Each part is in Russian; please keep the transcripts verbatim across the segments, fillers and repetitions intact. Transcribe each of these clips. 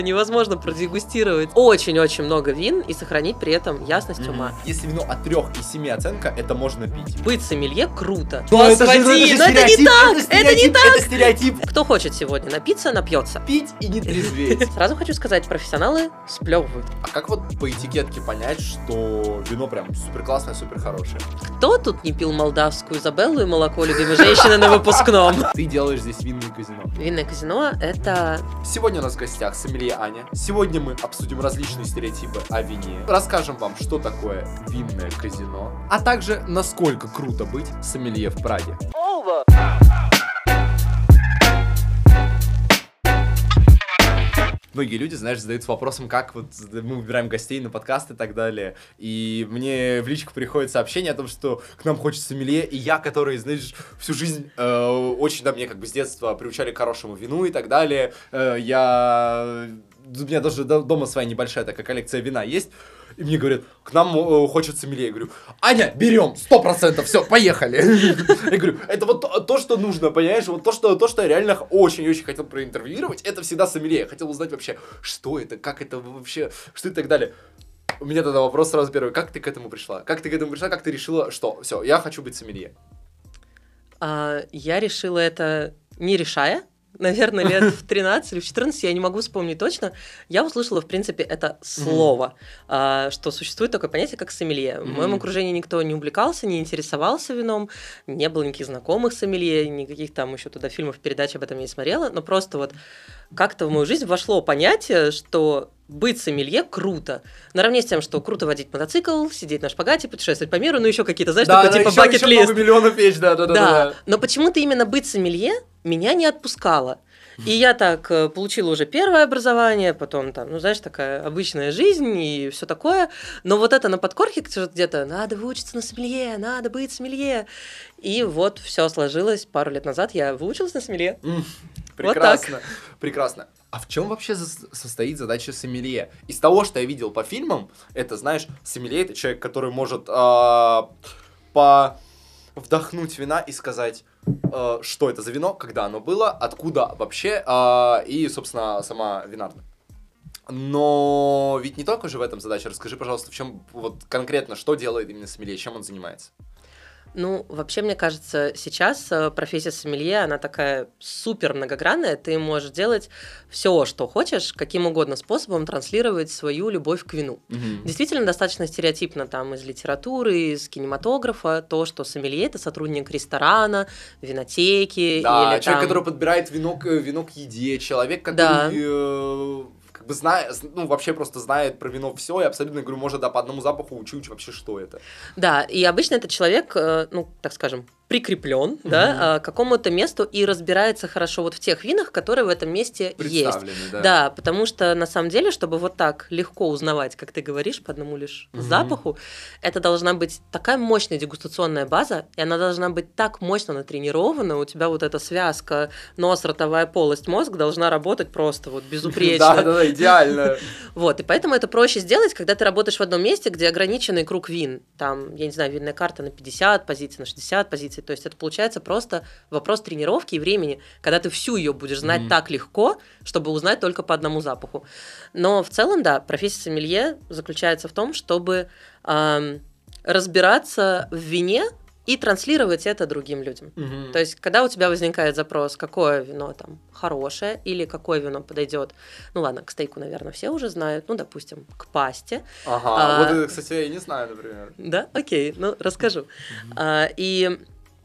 Невозможно продегустировать очень-очень много вин и сохранить при этом ясность ума. Mm-hmm. Если вино от трех и семи оценка, это можно пить. Быть сомелье круто. Но это, же, ну, это, же но это не так! Это, это не так! Это стереотип! Кто хочет сегодня напиться, напьется. Пить и не трезветь. Сразу хочу сказать, профессионалы сплевывают. А как вот по этикетке понять, что вино прям супер классное, супер хорошее? Кто тут не пил молдавскую Изабеллу и молоко любимой женщины на выпускном? Ты делаешь здесь винное казино. Винное казино — это... Сегодня у нас в гостях сомелье Аня. Сегодня мы обсудим различные стереотипы о вине. Расскажем вам, что такое винное казино. А также, насколько круто быть сомелье в Праге. Многие люди, знаешь, задаются вопросом, как вот мы выбираем гостей на подкаст и так далее. И мне в личку приходит сообщение о том, что к нам хочется сомелье, и я, который, знаешь, всю жизнь э, очень, да, мне как бы с детства приучали к хорошему вину и так далее. Э, я... У меня даже дома своя небольшая такая коллекция вина есть. И мне говорят, к нам э, хочется сомелье. Я говорю, Аня, берем, сто процентов, все, поехали. Я говорю, это вот то, то, что нужно, понимаешь? Вот то, что, то, что я реально очень-очень хотел проинтервьюировать, это всегда сомелье. Я хотел узнать вообще, что это, как это вообще, что и так далее. У меня тогда вопрос сразу первый, как ты к этому пришла? Как ты к этому пришла, как ты решила, что все, я хочу быть сомелье? А, я решила это не решая. Наверное, лет в тринадцать или в четырнадцать, я не могу вспомнить точно, я услышала, в принципе, это слово, mm-hmm. что существует такое понятие, как сомелье. Mm-hmm. В моем окружении никто не увлекался, не интересовался вином, не было никаких знакомых сомелье, никаких там еще туда фильмов, передач об этом не смотрела, но просто вот как-то в мою жизнь вошло понятие, что быть сомелье круто. Наравне с тем, что круто водить мотоцикл, сидеть на шпагате, путешествовать по миру, ну еще какие-то, знаешь, да, такой да, типа еще, бакет-лист. Еще много миллионов вещей, да, да, да, да. да. Но почему-то именно быть сомелье меня не отпускало. И я так получила уже первое образование, потом там, ну, знаешь, такая обычная жизнь и все такое. Но вот это на подкорке где-то надо выучиться на сомелье, надо быть сомелье. И вот все сложилось. Пару лет назад я выучилась на сомелье. Mm, прекрасно, вот так. Прекрасно. А в чем вообще состоит задача сомелье? Из того, что я видел по фильмам, это, знаешь, сомелье — это человек, который может э, по... вдохнуть вина и сказать, э, что это за вино, когда оно было, откуда вообще, э, и, собственно, сама винарная. Но ведь не только же в этом задача. Расскажи, пожалуйста, в чем вот конкретно, что делает именно сомелье, чем он занимается? Ну, вообще, мне кажется, сейчас профессия сомелье, она такая супер многогранная. Ты можешь делать все, что хочешь, каким угодно способом транслировать свою любовь к вину. Mm-hmm. Действительно, достаточно стереотипно там из литературы, из кинематографа, то, что сомелье — это сотрудник ресторана, винотеки. Да, или человек, там... который подбирает вино к, вино к еде, человек, который... Да. Э- как бы знает, ну, вообще просто знает про вино все, и абсолютно, говорю, может, да, по одному запаху учить вообще, что это. Да, и обычно этот человек, ну, так скажем, прикреплен, mm-hmm. да, к какому-то месту и разбирается хорошо вот в тех винах, которые в этом месте есть. Да. Да, потому что на самом деле, чтобы вот так легко узнавать, как ты говоришь, по одному лишь mm-hmm. запаху, это должна быть такая мощная дегустационная база, и она должна быть так мощно натренирована, у тебя вот эта связка нос, ротовая полость, мозг должна работать просто вот безупречно. Да, да, да, идеально. Вот, и поэтому это проще сделать, когда ты работаешь в одном месте, где ограниченный круг вин. Там, я не знаю, винная карта на пятьдесят позиций, на шестьдесят позиций. То есть это получается просто вопрос тренировки и времени, когда ты всю ее будешь знать mm-hmm. так легко, чтобы узнать только по одному запаху. Но в целом, да, профессия сомелье заключается в том, чтобы эм, разбираться в вине и транслировать это другим людям. Mm-hmm. То есть, когда у тебя возникает запрос, какое вино там хорошее или какое вино подойдет, ну ладно, к стейку, наверное, все уже знают, ну, допустим, к пасте. Ага, а, вот это, кстати, я не знаю, например. Да, окей, ну, расскажу. Mm-hmm. А, и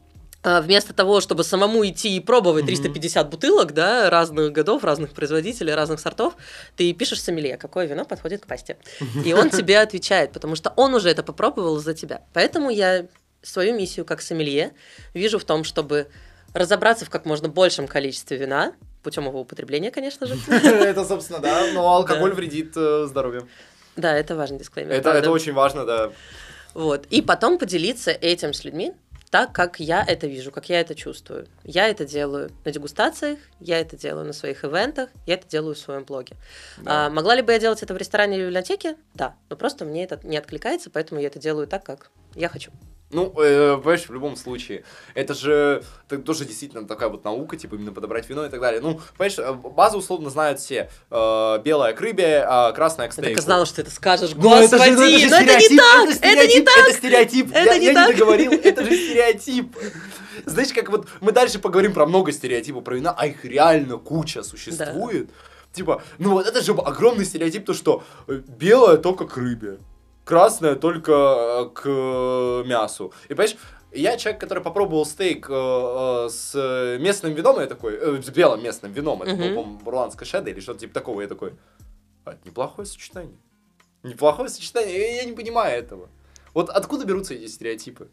вместо того, чтобы самому идти и пробовать триста пятьдесят mm-hmm. бутылок, да, разных годов, разных производителей, разных сортов, ты пишешь сомелье, какое вино подходит к пасте. И он тебе отвечает, потому что он уже это попробовал за тебя. Поэтому я свою миссию как сомелье вижу в том, чтобы разобраться в как можно большем количестве вина, путем его употребления, конечно же. Это, собственно, да, но алкоголь вредит здоровью. Да, это важный дисклеймер. Это очень важно, да. Вот. И потом поделиться этим с людьми так, как я это вижу, как я это чувствую. Я это делаю на дегустациях, я это делаю на своих ивентах, я это делаю в своем блоге. Да. А, могла ли бы я делать это в ресторане или в библиотеке? Да, но просто мне это не откликается, поэтому я это делаю так, как я хочу. Ну, э, понимаешь, в любом случае, это же это тоже действительно такая вот наука, типа именно подобрать вино и так далее. Ну, понимаешь, базу условно знают все. Э, белая к рыбе, а красная к стейку. Я так и знала, что ты это скажешь. Ну, это же, ну, это же но это не стереотип, так! это Это не стереотип, так! это стереотип. Это Я, не я так. не договорил, это же стереотип. Знаешь, как вот мы дальше поговорим про много стереотипов про вина, а их реально куча существует. Да. Типа, ну вот это же огромный стереотип, то что белое только к рыбе, красное только к мясу. И понимаешь, я человек, который попробовал стейк э, э, с местным вином, я такой, э, с белым местным вином, это, uh-huh. по-моему, бурландская шеда или что-то типа такого, я такой, а, это неплохое сочетание. Неплохое сочетание, я, я не понимаю этого. Вот откуда берутся эти стереотипы?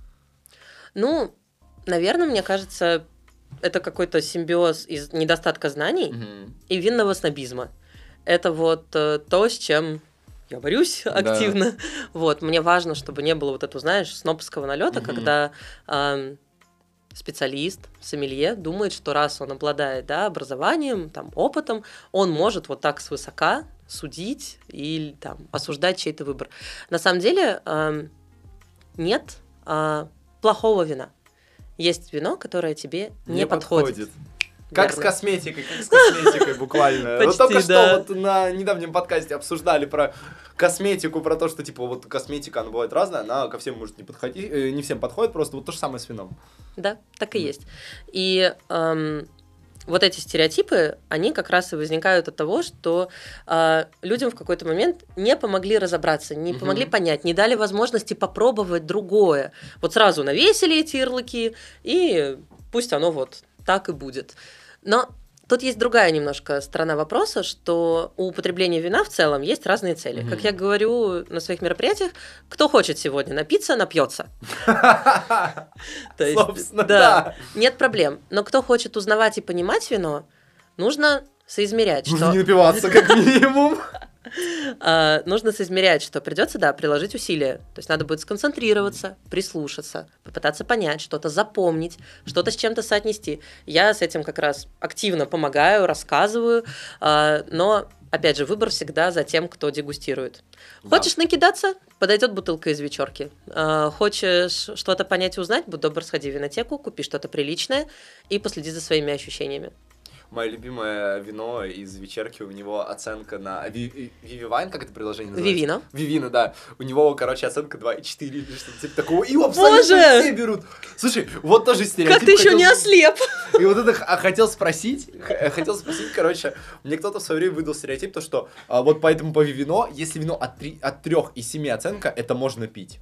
Ну, наверное, мне кажется, это какой-то симбиоз из недостатка знаний uh-huh. и винного снобизма. Это вот э, то, с чем... Я борюсь активно. Да. Вот, мне важно, чтобы не было вот этого, знаешь, снобского налета, угу. когда э, специалист, сомелье думает, что раз он обладает, да, образованием, там, опытом, он может вот так свысока судить или там осуждать чей-то выбор. На самом деле э, нет э, плохого вина. Есть вино, которое тебе не, не подходит. подходит. Как Верно. с косметикой, как с косметикой буквально. Почти, вот только да. что вот на недавнем подкасте обсуждали про косметику, про то, что типа вот косметика, она бывает разная, она ко всем может не подходить, э, не всем подходит, просто вот то же самое с вином. Да, так и есть. И эм, вот эти стереотипы, они как раз и возникают от того, что э, людям в какой-то момент не помогли разобраться, не помогли угу. понять, не дали возможности попробовать другое. Вот сразу навесили эти ярлыки, и пусть оно вот так и будет. Но тут есть другая немножко сторона вопроса, что у употребления вина в целом есть разные цели. Mm-hmm. Как я говорю на своих мероприятиях, кто хочет сегодня напиться, напьется. Собственно, да. Нет проблем. Но кто хочет узнавать и понимать вино, нужно соизмерять. Нужно не напиваться, как минимум. Uh, нужно соизмерять, что придется, да, приложить усилия. То есть надо будет сконцентрироваться, прислушаться, попытаться понять, что-то запомнить, что-то с чем-то соотнести. Я с этим как раз активно помогаю, рассказываю, uh, но, опять же, выбор всегда за тем, кто дегустирует. Да. Хочешь накидаться? Подойдет бутылка из вечерки. Uh, хочешь что-то понять и узнать? Будь добр, сходи в винотеку, купи что-то приличное и последи за своими ощущениями. Мое любимое вино из вечерки, у него оценка на... Vivine, как это приложение называется? Vivino. Vivino, да. У него, короче, оценка два и четыре или что-то типа такого. И его абсолютно Боже! все берут. Слушай, вот тоже стереотип. Как ты еще хотел... не ослеп? И вот это хотел спросить, хотел спросить, короче, мне кто-то в свое время выдал стереотип, то что а, вот поэтому по Vivino, если вино от, три, от трех и семи оценка, это можно пить.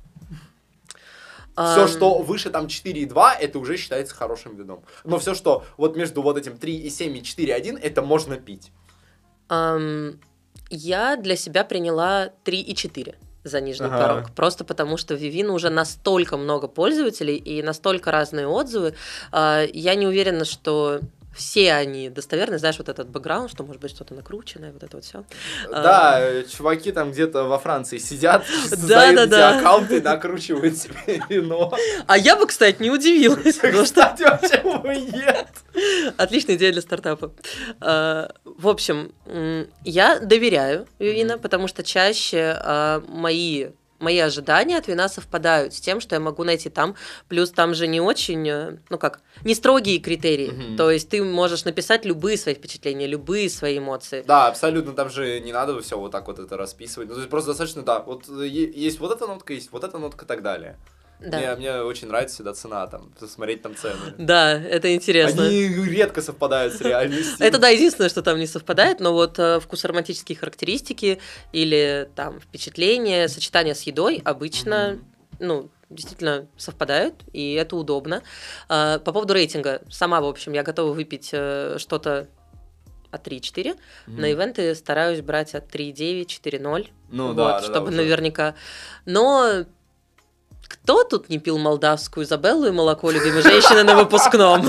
Все, что выше там четыре и два, это уже считается хорошим вином. Но все, что вот между вот этим три и семь и четыре и один, это можно пить. Um, я для себя приняла три и четыре за нижний ага. порог. Просто потому, что в Vivino уже настолько много пользователей и настолько разные отзывы. Uh, я не уверена, что... Все они достоверны, знаешь, вот этот бэкграунд, что может быть что-то накрученное, вот это вот все. Да, а, чуваки там где-то во Франции сидят, создают эти аккаунты, накручивают себе вино. А я бы, кстати, не удивилась. Кстати, почему бы нет? Отличная идея для стартапа. В общем, я доверяю Vivino, потому что чаще мои... Мои ожидания от вина совпадают с тем, что я могу найти там. Плюс там же не очень, ну как, не строгие критерии. Mm-hmm. То есть ты можешь написать любые свои впечатления, любые свои эмоции. Да, абсолютно. Там же не надо все вот так вот это расписывать. Ну, то есть просто достаточно, да, вот есть вот эта нотка, есть вот эта нотка и так далее. Да. Мне, мне очень нравится всегда цена, там, смотреть там цены. Да, это интересно. Они редко совпадают с реальностью. Это, да, единственное, что там не совпадает, но вот э, вкус-ароматические характеристики или там впечатления, сочетание с едой обычно, mm-hmm. ну, действительно совпадают, и это удобно. Э, по поводу рейтинга. Сама, в общем, я готова выпить э, что-то от три и четыре. Mm-hmm. На ивенты стараюсь брать от три и девять, четыре ноль. Ну, вот, да, чтобы да, наверняка. Но... Кто тут не пил молдавскую Изабеллу и молоко любимой женщины на выпускном?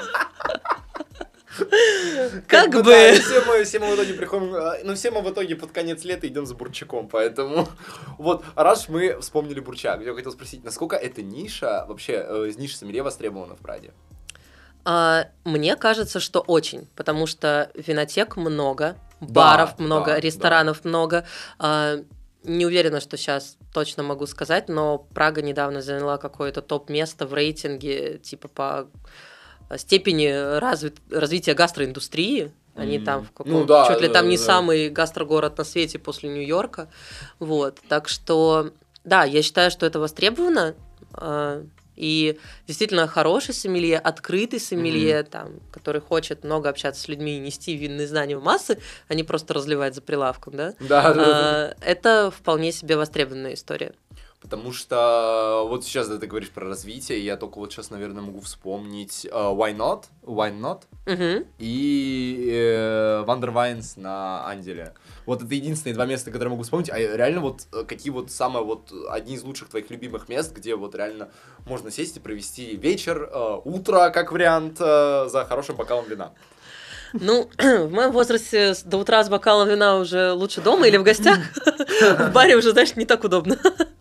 Как бы... Все мы в итоге приходим... Ну, все мы в итоге под конец лета идем за бурчаком, поэтому... Вот, раз мы вспомнили бурчак, я хотел спросить, насколько эта ниша, вообще, ниша сомелье востребована в Праде? Мне кажется, что очень, потому что винотек много, баров много, ресторанов много. не уверена, что сейчас точно могу сказать, но Прага недавно заняла какое-то топ-место в рейтинге, типа по степени развит, развития гастроиндустрии. Они mm-hmm. там в каком-то... Ну, да, чуть ли да, там не да. самый гастрогород на свете после Нью-Йорка. Вот. Так что, да, я считаю, что это востребовано. И действительно хороший сомелье, открытый сомелье, mm-hmm. там, который хочет много общаться с людьми и нести винные знания в массы, а не просто разливать за прилавком, да? Да, да, а, это вполне себе востребованная история. Потому что вот сейчас, да, ты говоришь про развитие, я только вот сейчас, наверное, могу вспомнить uh, Why Not, Why Not uh-huh. и э, Вандер Вайнс на Анделе. Вот это единственные два места, которые могу вспомнить. А реально вот какие вот самые вот одни из лучших твоих любимых мест, где вот реально можно сесть и провести вечер, э, утро, как вариант, э, за хорошим бокалом вина. Ну, в моем возрасте до утра с бокалом вина уже лучше дома или в гостях. В баре уже, знаешь, не так удобно.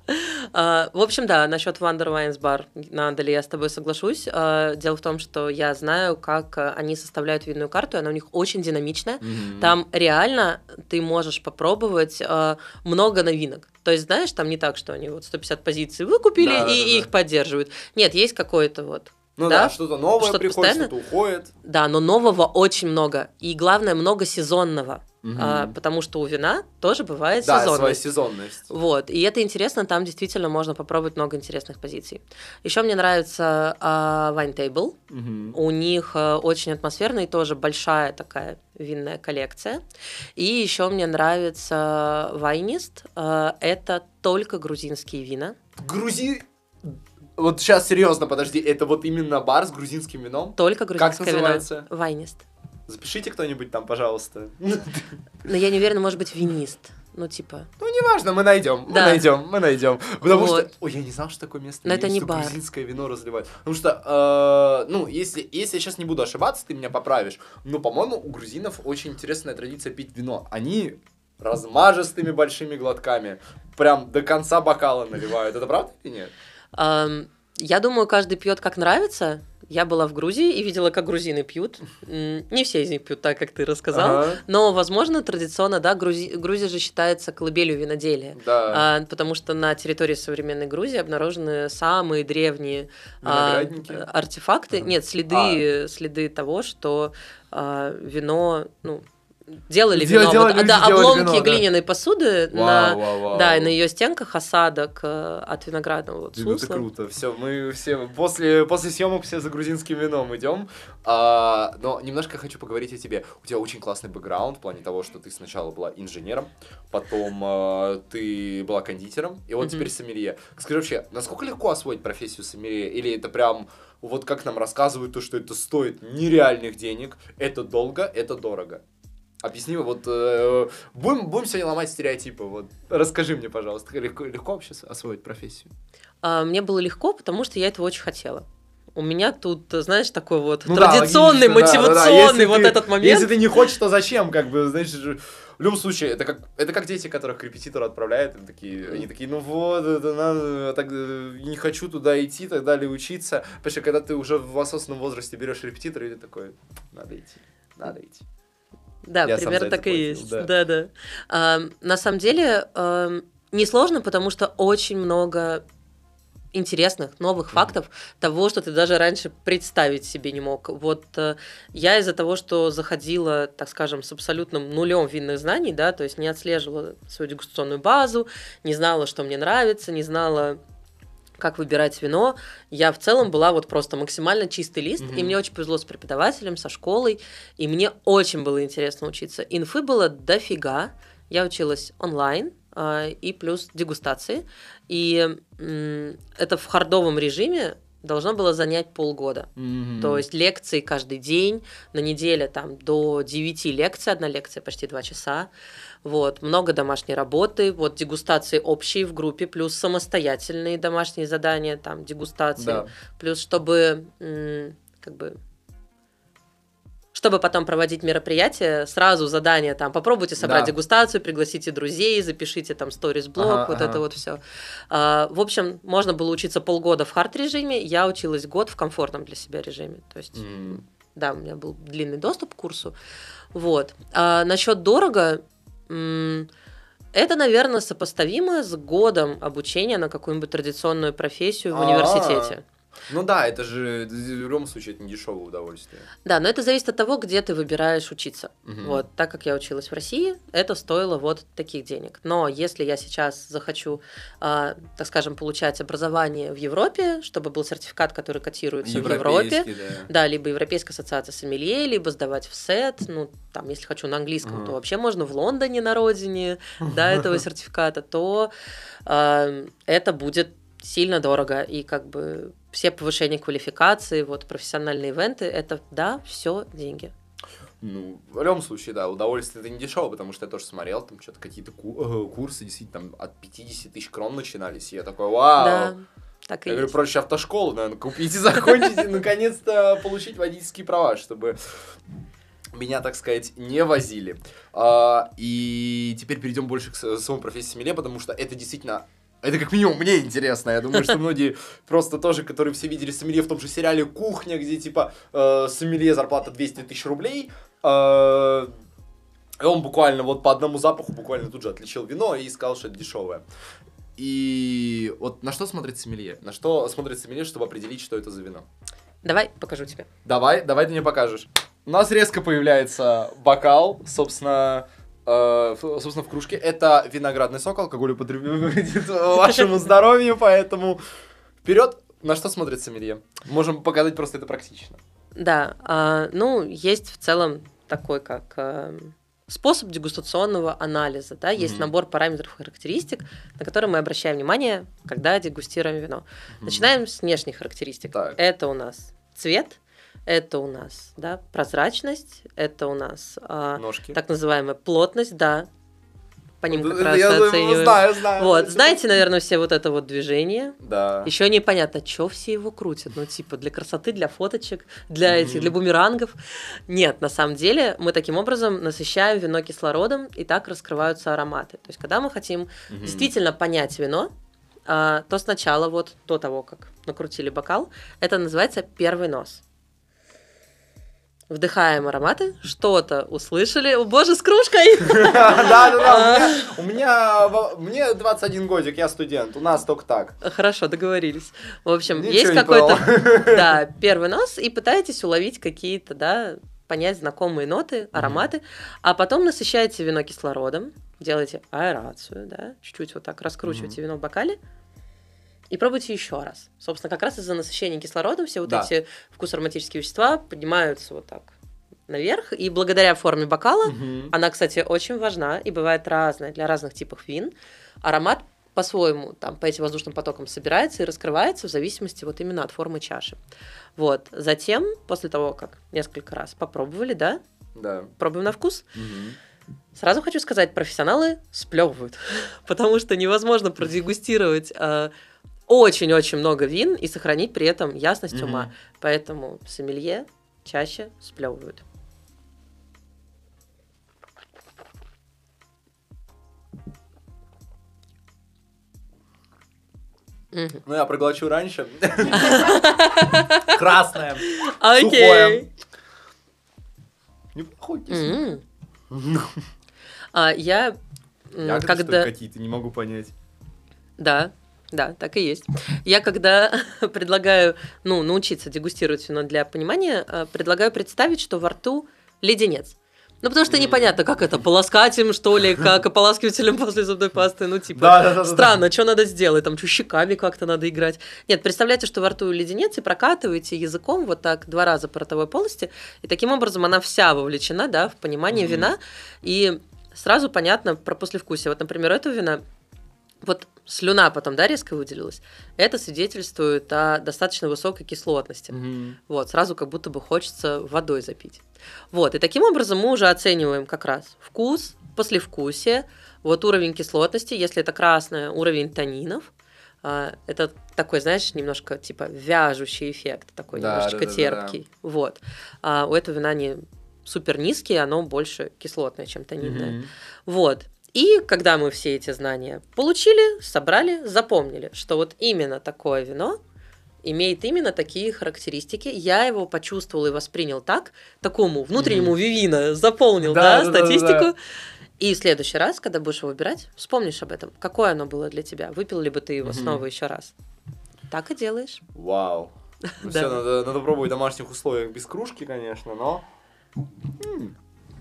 В общем, да, насчет Вандер Вайнс бар на Анделе я с тобой соглашусь. Дело в том, что я знаю, как они составляют винную карту, и она у них очень динамичная. Mm-hmm. Там реально ты можешь попробовать много новинок. То есть, знаешь, там не так, что они вот сто пятьдесят позиций выкупили да, и, да, и да. их поддерживают. Нет, есть какое-то вот... Ну да, да что-то новое что-то приходит, постоянно. Что-то уходит. Да, но нового очень много. И главное, много сезонного. Угу. А, потому что у вина тоже бывает да, сезонность. Да, своя сезонность. Вот, и это интересно, там действительно можно попробовать много интересных позиций. Еще мне нравится а, Wine Table. Угу. У них а, очень атмосферная и тоже большая такая винная коллекция. И еще мне нравится Weinist. А, это только грузинские вина. Грузи... Вот сейчас серьезно, подожди, это вот именно бар с грузинским вином? Только грузинское вино. Как называется? Weinist. Запишите кто-нибудь там, пожалуйста. Но я не уверена, может быть, винист. Ну, типа... Ну, неважно, мы найдем, да. мы найдем, мы найдем. Потому вот. что... Ой, я не знал, что такое место. Но это не что бар. Грузинское вино разливают. Потому что, э, ну, если, если я сейчас не буду ошибаться, ты меня поправишь. Но, по-моему, у грузинов очень интересная традиция пить вино. Они размажистыми большими глотками прям до конца бокала наливают. Это правда или нет? Um... Я думаю, каждый пьет как нравится. Я была в Грузии и видела, как грузины пьют. Не все из них пьют так, как ты рассказал. Ага. Но, возможно, традиционно, да, Грузи... Грузия же считается колыбелью виноделия. Да. А, потому что на территории современной Грузии обнаружены самые древние а, артефакты. Ага. Нет, следы, а. следы того, что а, вино... Ну, Делали Дел, вино, делали, вот, да, обломки вино, глиняной да. посуды, вау, на, вау, вау. да, и на ее стенках осадок э, от виноградного вот, сусла. Это круто, все, мы все после, после съемок все за грузинским вином идем, а, но немножко хочу поговорить о тебе. У тебя очень классный бэкграунд в плане того, что ты сначала была инженером, потом а, ты была кондитером, и вот mm-hmm. теперь сомелье. Скажи вообще, насколько легко освоить профессию сомелье, или это прям... Вот как нам рассказывают, то, что это стоит нереальных денег, это долго, это дорого. Объясни, вот э, будем, будем сегодня ломать стереотипы. Вот расскажи мне, пожалуйста, легко, легко вообще освоить профессию? А, мне было легко, потому что я этого очень хотела. У меня тут, знаешь, такой вот ну традиционный, да, мотивационный да, да. вот ты, этот момент. Если ты не хочешь, то зачем? Как бы, знаешь, в любом случае, это как, это как дети, которых к репетитору отправляют, они такие, они такие, ну вот, это надо, так, не хочу туда идти, так далее, учиться. Потому что когда ты уже в осознанном возрасте берешь репетитора, и ты такой, надо идти, надо идти. Да, Я примерно так и платил, есть. Да, да. да. А, на самом деле, а, несложно, потому что очень много интересных, новых mm-hmm. фактов, того, что ты даже раньше представить себе не мог. Вот а, я из-за того, что заходила, так скажем, с абсолютным нулем винных знаний, да, то есть не отслеживала свою дегустационную базу, не знала, что мне нравится, не знала, как выбирать вино. Я в целом была вот просто максимально чистый лист, mm-hmm. и мне очень повезло с преподавателем, со школой, и мне очень было интересно учиться. Инфы было дофига. Я училась онлайн, э, и плюс дегустации. И э, это в хардовом режиме должно было занять полгода. Mm-hmm. То есть лекции каждый день, на неделе там до девяти лекций, одна лекция почти два часа. Вот, много домашней работы, вот дегустации общие в группе, плюс самостоятельные домашние задания, там, дегустации, да. Плюс чтобы, м- как бы, чтобы потом проводить мероприятия, сразу задание, там, попробуйте собрать да. дегустацию, пригласите друзей, запишите там сторис-блог, ага, вот ага. это вот все. А, в общем, можно было учиться полгода в хард-режиме, я училась год в комфортном для себя режиме, то есть, mm. да, у меня был длинный доступ к курсу, вот. А насчет дорого, Это, наверное, сопоставимо с годом обучения на какую-нибудь традиционную профессию в А-а-а. университете. Ну да, это же в любом случае это не дешевое удовольствие. Да, но это зависит от того, где ты выбираешь учиться. Угу. Вот, так как я училась в России, это стоило вот таких денег. Но если я сейчас захочу, э, так скажем, получать образование в Европе, чтобы был сертификат, который котируется в Европе, да. да, либо Европейская ассоциация сомелье, либо сдавать в сет, ну, там, если хочу на английском, угу. то вообще можно в Лондоне на родине, да, этого сертификата, то э, это будет сильно дорого, и как бы все повышения квалификации, вот профессиональные ивенты, это, да, все деньги. Ну, в любом случае, да, удовольствие это не дешево, потому что я тоже смотрел, там что-то какие-то ку- курсы действительно там от пятьдесят тысяч крон начинались, и я такой, вау! Да, так и я есть. говорю, проще автошколу, наверное, купить и закончить, и наконец-то получить водительские права, чтобы меня, так сказать, не возили. И теперь перейдем больше к самой профессии сомелье, потому что это действительно... Это как минимум мне интересно. Я думаю, что многие просто тоже, которые все видели сомелье в том же сериале «Кухня», где типа э, сомелье зарплата двести тысяч рублей, э, и он буквально вот по одному запаху буквально тут же отличил вино и сказал, что это дешевое. И вот на что смотрит сомелье? На что смотрит сомелье, чтобы определить, что это за вино? Давай покажу тебе. Давай, давай ты мне покажешь. У нас резко появляется бокал, собственно... Uh, собственно, в кружке. Это виноградный сок, алкоголь употребляет вашему здоровью, поэтому вперед. На что смотрит сомелье? Можем показать просто это практично. Да, а, ну, есть в целом такой, как а, способ дегустационного анализа, да, есть mm-hmm. набор параметров и характеристик, на которые мы обращаем внимание, когда дегустируем вино. Mm-hmm. Начинаем с внешних характеристик. Так. Это у нас цвет, это у нас, да, прозрачность, это у нас а, так называемая плотность, да, по ним как раз я оцениваем. Знаю, знаю. Вот, знаете, наверное, все вот это вот движение. Да. Еще непонятно, что все его крутят, ну, типа, для красоты, для фоточек, для mm-hmm. этих, для бумерангов. Нет, на самом деле, мы таким образом насыщаем вино кислородом, и так раскрываются ароматы. То есть, когда мы хотим mm-hmm. действительно понять вино, а, то сначала, вот, до того, как накрутили бокал, это называется первый нос. Вдыхаем ароматы, что-то услышали. О, боже, с кружкой! Да-да-да, у меня, мне двадцать один годик, я студент, у нас только так. Хорошо, договорились. В общем, есть какой-то, да, первый нос, и пытаетесь уловить какие-то, да, понять знакомые ноты, ароматы, а потом насыщаете вино кислородом, делаете аэрацию, да, чуть-чуть вот так раскручиваете вино в бокале, и пробуйте еще раз. Собственно, как раз из-за насыщения кислородом все вот да. эти вкус-ароматические вещества поднимаются вот так наверх. И благодаря форме бокала, угу. она, кстати, очень важна и бывает разная для разных типов вин, аромат по-своему там по этим воздушным потокам собирается и раскрывается в зависимости вот именно от формы чаши. Вот. Затем, после того, как несколько раз попробовали, да? Да. Пробуем на вкус. Угу. Сразу хочу сказать, профессионалы сплевывают, потому что невозможно продегустировать э, очень-очень много вин и сохранить при этом ясность mm-hmm. ума. Поэтому сомелье чаще сплевывают. Mm-hmm. Ну, я проглочу раньше. Красное, сухое. Неплохой кислый. Я когда... какие-то, не могу понять. Да. Да, так и есть. Я когда предлагаю, ну, научиться дегустировать вино для понимания, предлагаю представить, что во рту леденец. Ну, потому что непонятно, как это, полоскать им, что ли, как ополаскивателем после зубной пасты, ну, типа, да, да, да, странно, да. Что надо сделать, там, что, щеками как-то надо играть. Нет, представляете, что во рту леденец, и прокатываете языком вот так два раза по ротовой полости, и таким образом она вся вовлечена, да, в понимание mm-hmm. вина, и сразу понятно про послевкусие. Вот, например, у этого вина вот слюна потом, да, резко выделилась, это свидетельствует о достаточно высокой кислотности. Mm-hmm. Вот, сразу как будто бы хочется водой запить. Вот, и таким образом мы уже оцениваем как раз вкус, послевкусие, вот уровень кислотности, если это красное, уровень танинов. Это такой, знаешь, немножко типа вяжущий эффект, такой да, немножечко да, терпкий. Да, да, да. Вот. А у этого вина не супер низкий, оно больше кислотное, чем танинное. Mm-hmm. Вот. И когда мы все эти знания получили, собрали, запомнили, что вот именно такое вино имеет именно такие характеристики, я его почувствовал и воспринял так, такому внутреннему mm-hmm. вивина заполнил, да, да, да статистику, да, да, да. И в следующий раз, когда будешь его выбирать, вспомнишь об этом. Какое оно было для тебя? Выпил ли бы ты его mm-hmm. снова еще раз? Так и делаешь. Вау. Ну все, надо, надо пробовать в домашних условиях без кружки, конечно, но... М-м.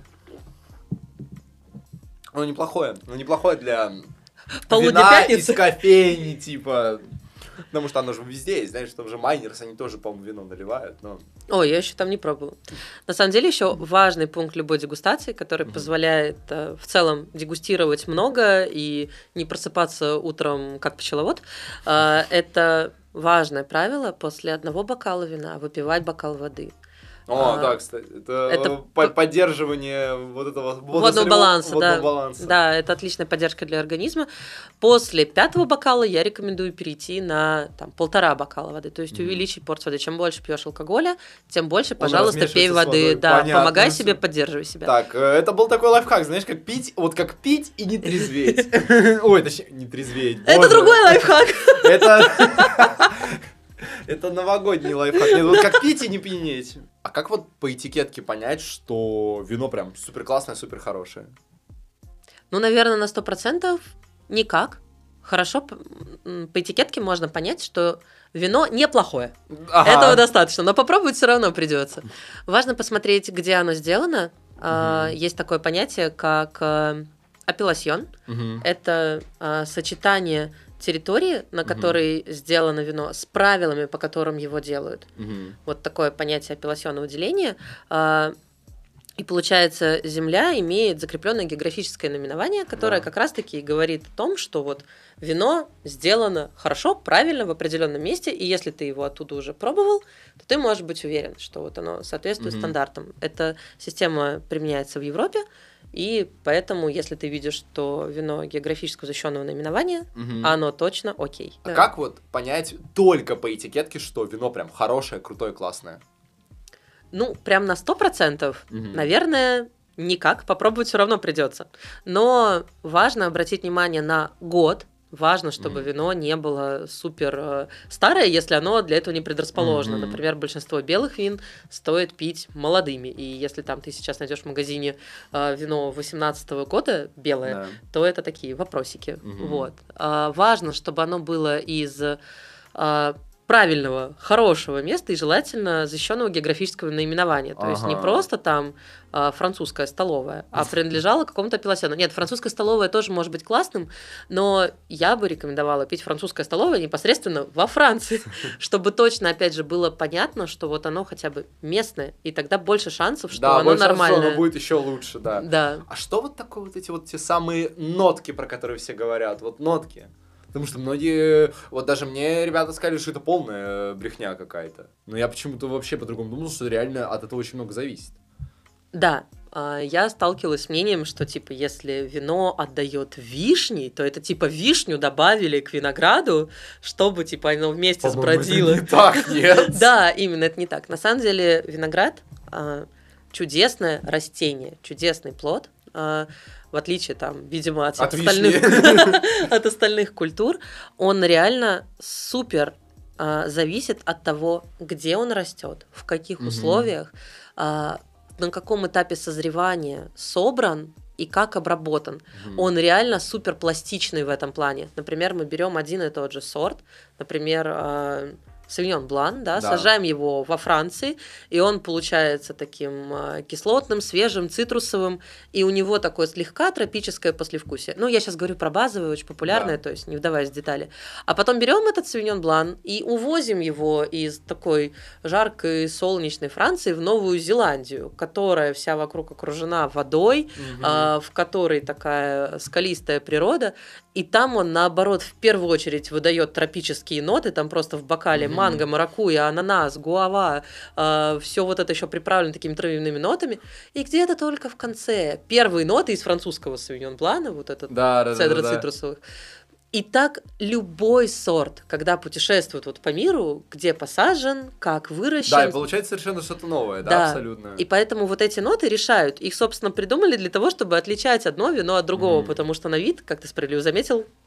Ну, неплохое. Ну, неплохое для вина из кофейни, типа... Потому что оно же везде есть, знаешь, там же Майнерс, они тоже, по-моему, вино наливают, но... Ой, я еще там не пробовала. На самом деле, еще важный пункт любой дегустации, который mm-hmm. позволяет э, в целом дегустировать много и не просыпаться утром как пчеловод, э, это важное правило после одного бокала вина выпивать бокал воды. О, а, да, кстати, это, это поддерживание вот этого водного баланса, водного да. баланса. Да, это отличная поддержка для организма. После пятого бокала я рекомендую перейти на там, полтора бокала воды, то есть mm-hmm. увеличить порцию воды. Чем больше пьешь алкоголя, тем больше, пожалуйста, пей воды. Да, понятно, помогай все. себе, поддерживай себя. Так, это был такой лайфхак, знаешь, как пить, вот как пить и не трезветь. Ой, точнее, не трезветь. Это другой лайфхак. Это... Это новогодний лайфхак. Нет, вот как пить и не пьянеть. А как вот по этикетке понять, что вино прям супер классное, супер хорошее? Ну, наверное, на сто процентов никак. Хорошо, по этикетке можно понять, что вино неплохое. Ага. Этого достаточно, но попробовать все равно придется. Важно посмотреть, где оно сделано. Угу. Есть такое понятие, как апелласьон. Угу. Это сочетание территории, на которой uh-huh. сделано вино, с правилами, по которым его делают. Uh-huh. Вот такое понятие апелласьонного деления. И получается, земля имеет закрепленное географическое наименование, которое да. как раз-таки говорит о том, что вот вино сделано хорошо, правильно, в определенном месте, и если ты его оттуда уже пробовал, то ты можешь быть уверен, что вот оно соответствует uh-huh. стандартам. Эта система применяется в Европе, и поэтому, если ты видишь, что вино географически защищенного наименования, угу. оно точно окей. А да. как вот понять только по этикетке, что вино прям хорошее, крутое, классное? Ну, прям на сто процентов, угу. наверное, никак. Попробовать все равно придется. Но важно обратить внимание на год. Важно, чтобы mm-hmm. вино не было супер э, старое, если оно для этого не предрасположено. Mm-hmm. Например, большинство белых вин стоит пить молодыми. И если там ты сейчас найдешь в магазине э, вино восемнадцатого года белое, yeah. то это такие вопросики. Mm-hmm. Вот. А, важно, чтобы оно было из а, правильного, хорошего места и желательно защищенного географического наименования. То ага. есть не просто там а, французская столовая, а принадлежала какому-то апелласьону. Нет, французская столовая тоже может быть классным, но я бы рекомендовала пить французская столовая непосредственно во Франции, чтобы точно, опять же, было понятно, что вот оно хотя бы местное, и тогда больше шансов, что да, оно нормальное. Да, оно будет еще лучше, да. да. А что вот такое вот эти вот те самые нотки, про которые все говорят? Вот нотки. Потому что многие, вот даже мне ребята сказали, что это полная брехня какая-то. Но я почему-то вообще по-другому думал, что реально от этого очень много зависит. Да, я сталкивалась с мнением, что типа если вино отдает вишней, то это типа вишню добавили к винограду, чтобы типа оно вместе сбродило. Это не так, нет? Да, именно это не так. На самом деле виноград чудесное растение, чудесный плод. В отличие, там, видимо, от, от, остальных, от остальных культур, он реально супер а, зависит от того, где он растет, в каких mm-hmm. условиях, а, на каком этапе созревания собран и как обработан. Mm-hmm. Он реально супер пластичный в этом плане. Например, мы берем один и тот же сорт, например, а, Sauvignon Blanc, да, да, сажаем его во Франции, и он получается таким э, кислотным, свежим, цитрусовым, и у него такое слегка тропическое послевкусие. Ну, я сейчас говорю про базовое, очень популярное, да. то есть не вдаваясь в детали. А потом берем этот Sauvignon Blanc и увозим его из такой жаркой, солнечной Франции в Новую Зеландию, которая вся вокруг окружена водой, угу. э, в которой такая скалистая природа, и там он, наоборот, в первую очередь выдает тропические ноты, там просто в бокале mm-hmm. манго, маракуйя, ананас, гуава, э, все вот это еще приправлено такими травяными нотами. И где-то только в конце первые ноты из французского Sauvignon Blanc, вот этот да, цедр да, да, цитрусовых. И так любой сорт, когда путешествует вот по миру, где посажен, как выращен. Да, и получается совершенно что-то новое, да, да, абсолютно. И поэтому вот эти ноты решают. Их, собственно, придумали для того, чтобы отличать одно вино от другого, mm. потому что на вид, как ты справедливо заметил,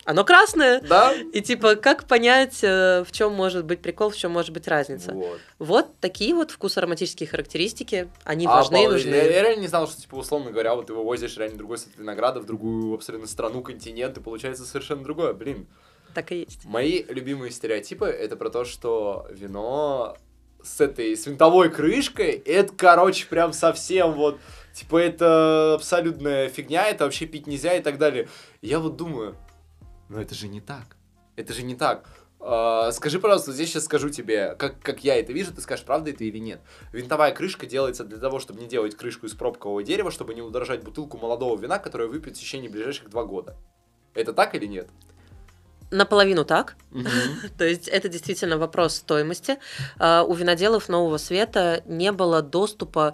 оно красное. Да? И типа, как понять, в чем может быть прикол, в чем может быть разница? Вот. Вот такие вот вкусоароматические характеристики, они А, важны и Павел, нужны. Я, я реально не знал, что, типа, условно говоря, вот ты вывозишь реально другой сорт винограда в другую абсолютно страну, континент, и получается совершенно другое. Блин. Так и есть. Мои любимые стереотипы — это про то, что вино с этой с винтовой крышкой, это, короче, прям совсем вот, типа, это абсолютная фигня, это вообще пить нельзя и так далее. И я вот думаю, ну это же не так. Это же не так. Uh, скажи, пожалуйста, здесь сейчас скажу тебе, как, как я это вижу, ты скажешь, правда это или нет. Винтовая крышка делается для того, чтобы не делать крышку из пробкового дерева, чтобы не удорожать бутылку молодого вина, которое выпьют в течение ближайших два года. Это так или нет? Наполовину так. Mm-hmm. То есть это действительно вопрос стоимости. Uh, у виноделов Нового Света не было доступа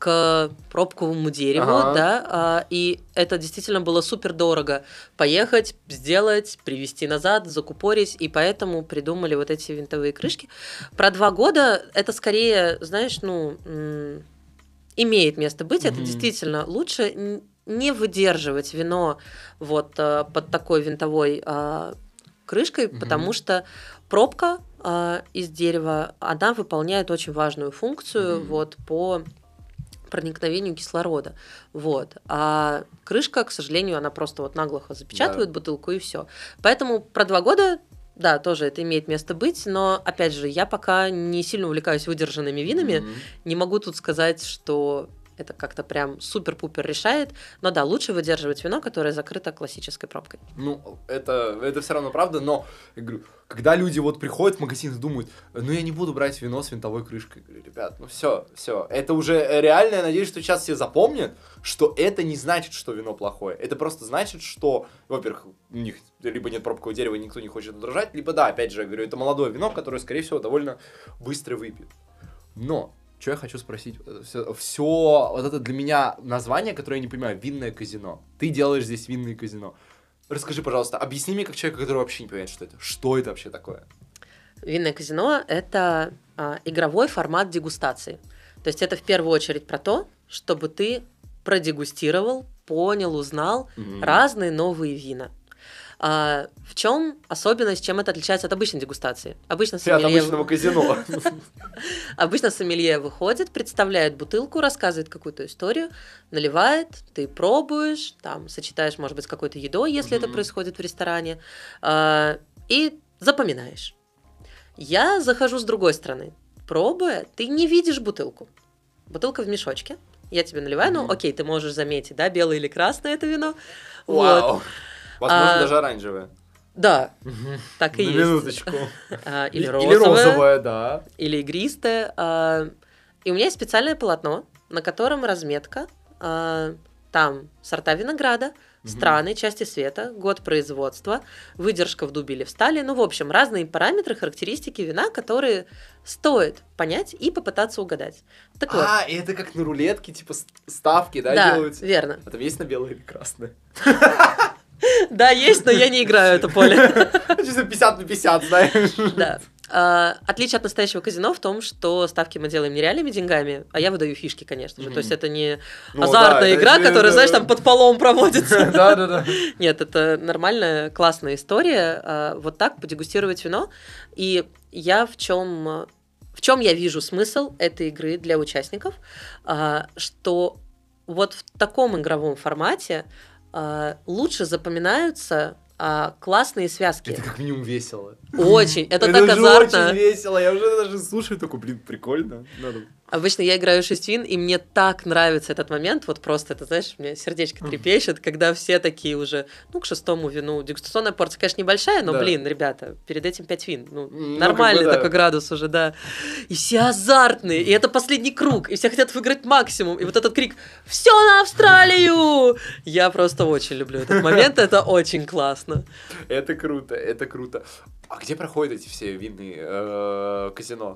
к пробковому дереву, ага. да, а, и это действительно было супер дорого. Поехать, сделать, привезти назад, закупорить, и поэтому придумали вот эти винтовые крышки. Про два года это скорее, знаешь, ну, м- имеет место быть. Mm-hmm. Это действительно лучше не выдерживать вино вот а, под такой винтовой а, крышкой, mm-hmm. потому что пробка а, из дерева, она выполняет очень важную функцию mm-hmm. вот по проникновению кислорода. Вот. А крышка, к сожалению, она просто вот наглухо запечатывает да. бутылку и все. Поэтому про два года, да, тоже это имеет место быть, но, опять же, я пока не сильно увлекаюсь выдержанными винами, mm-hmm. не могу тут сказать, что это как-то прям супер-пупер решает, но да, лучше выдерживать вино, которое закрыто классической пробкой. Ну, это, это все равно правда, но я говорю, когда люди вот приходят в магазин и думают, ну я не буду брать вино с винтовой крышкой, я говорю, ребят, ну все, все, это уже реально, я надеюсь, что сейчас все запомнят, что это не значит, что вино плохое, это просто значит, что, во-первых, у них либо нет пробкового дерева, никто не хочет удорожать, либо да, опять же, я говорю, это молодое вино, которое, скорее всего, довольно быстро выпьет. Но что я хочу спросить? Все, все вот это для меня название, которое я не понимаю, винное казино. Ты делаешь здесь винное казино. Расскажи, пожалуйста, объясни мне как человек, который вообще не понимает, что это. Что это вообще такое? Винное казино – это а, игровой формат дегустации. То есть это в первую очередь про то, чтобы ты продегустировал, понял, узнал mm-hmm. разные новые вина. А, в чем особенность, чем это отличается от обычной дегустации? Обычно сомелье... От обычного казино. Обычно сомелье выходит, представляет бутылку, рассказывает какую-то историю, наливает, ты пробуешь, там, сочетаешь, может быть, с какой-то едой, если это происходит в ресторане, и запоминаешь. Я захожу с другой стороны. Пробуя, ты не видишь бутылку. Бутылка в мешочке. Я тебе наливаю, ну, окей, ты можешь заметить, да, белое или красное это вино. Вау! Возможно, а, даже оранжевое. Да, угу. так и На есть. Минуточку. А, или, или розовое. Или розовое, да. Или игристое. А, и у меня есть специальное полотно, на котором разметка. А, там сорта винограда, угу. страны, части света, год производства, выдержка в дубе или в стали. Ну, в общем, разные параметры, характеристики вина, которые стоит понять и попытаться угадать. Так вот. А, и это как на рулетке, типа ставки, да, да, делаются? Да, верно. А там есть на белое или красное? Да, есть, но я не играю это поле. Чисто пятьдесят на пятьдесят, знаешь. Да. А, отличие от настоящего казино в том, что ставки мы делаем не реальными деньгами, а я выдаю фишки, конечно же. Mm-hmm. То есть это не ну, азартная да, игра, это, которая, это... знаешь, там под полом проводится. Да-да-да. Нет, это нормальная, классная история. А, вот так подегустировать вино. И я в чем... В чем я вижу смысл этой игры для участников, а, что вот в таком игровом формате а, лучше запоминаются а, классные связки. Это как минимум весело. Очень, это, это так азартно. Это очень весело, я уже даже слушаю, такой, блин, прикольно. Надо. Обычно я играю шесть вин, и мне так нравится этот момент, вот просто, это, знаешь, у меня сердечко трепещет, когда все такие уже, ну, к шестому вину. Дегустационная порция, конечно, небольшая, но, да. блин, ребята, перед этим пять вин, ну, ну нормальный как бы, да. такой градус уже, да. И все азартные, и это последний круг, и все хотят выиграть максимум, и вот этот крик «Все на Австралию!» Я просто очень люблю этот момент, это очень классно. Это круто, это круто. А где проходят эти все винные казино?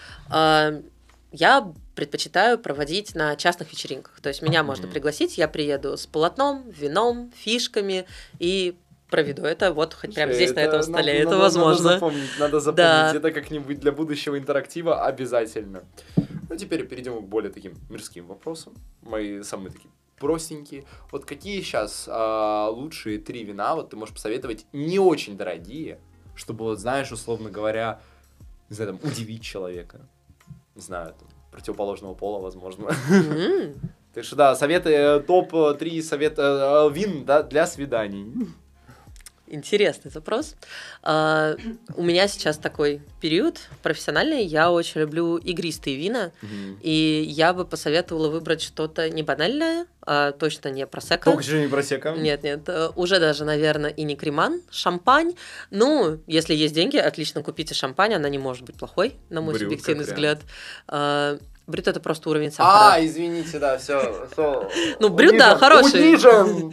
Я предпочитаю проводить на частных вечеринках. То есть меня mm-hmm. можно пригласить, я приеду с полотном, вином, фишками и проведу это вот хоть прямо здесь, это на этом столе. Надо, это надо, возможно. Надо запомнить, надо запомнить. Да. Это как-нибудь для будущего интерактива обязательно. Ну, теперь перейдем к более таким мирским вопросам. Мои самые такие простенькие. Вот какие сейчас а, лучшие три вина, вот ты можешь посоветовать, не очень дорогие, чтобы, вот знаешь, условно говоря, не знаю, там, удивить человека. Не знаю, там, противоположного пола, возможно. М. Так что да, советы, топ три совета э, вин, да, для свиданий. Интересный запрос. А, у меня сейчас такой период профессиональный. Я очень люблю игристые вина. Мгм. И я бы посоветовала выбрать что-то не банальное, а точно не просекко. Только же не просека. Нет, нет, э, уже даже, наверное, и не креман, шампань. Ну, если есть деньги, отлично купите шампань, она не может быть плохой, на мой Брют, субъективный как взгляд. А, брют это просто уровень сахара. А, извините, да, все. Ну, брют, да, хороший. Унижен.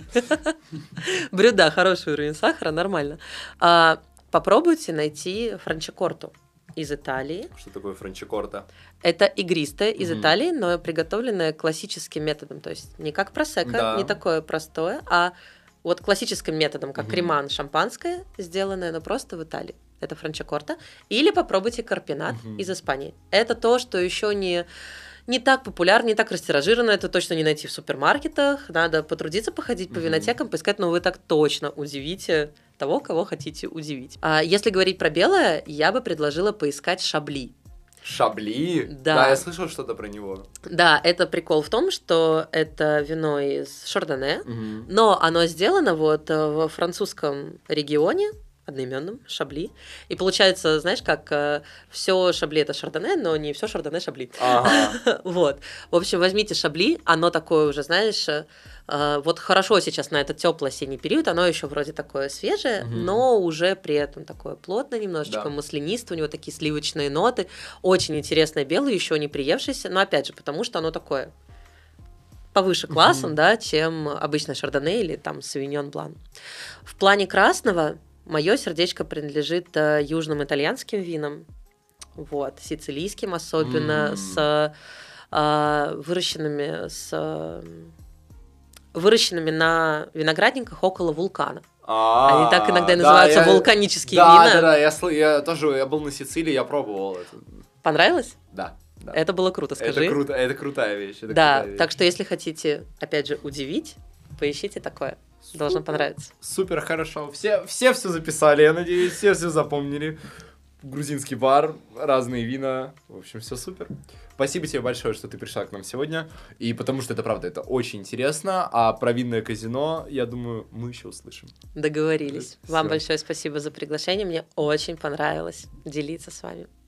Брют, да, хороший уровень сахара, нормально. А, попробуйте найти франчикорту из Италии. Что такое франчикорта? Это игристое из Мгм. Италии, но приготовленное классическим методом. То есть не как просекко, Да. не такое простое, а вот классическим методом, как Мгм. креман шампанское, сделанное, но просто в Италии. Это франчикорта. Или попробуйте карпинат Мгм. из Испании. Это то, что еще не, не так популярно, не так растиражировано. Это точно не найти в супермаркетах. Надо потрудиться, походить по Мгм. винотекам, поискать, но вы так точно удивите того, кого хотите удивить. А если говорить про белое, я бы предложила поискать шабли. Шабли? Да. я слышал что-то про него. Да, это прикол в том, что это вино из Шардоне, Мгм. но оно сделано вот э, во французском регионе, одноименном, Шабли. И получается, знаешь, как все Шабли это Шардоне, но не все Шардоне Шабли. Ага. Вот. В общем, возьмите Шабли, оно такое уже, знаешь, э, э, вот хорошо сейчас на этот теплый осенний период, оно еще вроде такое свежее, Мгм. но уже при этом такое плотное немножечко, Да. маслянистое, у него такие сливочные ноты, очень интересное белое, еще не приевшееся, но опять же, потому что оно такое повыше классом, Мгм. да, чем обычно Шардоне или там Савиньон Блан. В плане красного мое сердечко принадлежит э, южным итальянским винам, вот, сицилийским особенно, М. с э, выращенными, с э, выращенными на виноградниках около вулкана. Они так иногда и А, называются, да, я- вулканические да, вина. Да, да, я, сл- я тоже, я был на Сицилии, я пробовал это. Понравилось? Да, да. Это было круто, скажи. Это круто, это крутая вещь. Это Да, крутая вещь. так что если хотите, опять же, удивить, поищите такое. Должно Супер. понравиться. Супер, хорошо. Все, все все записали, я надеюсь, все все запомнили. Грузинский бар, разные вина. В общем, все супер. Спасибо тебе большое, что ты пришла к нам сегодня. И потому что это правда, это очень интересно. А про винное казино, я думаю, мы еще услышим. Договорились. Всё. Вам большое спасибо за приглашение. Мне очень понравилось делиться с вами.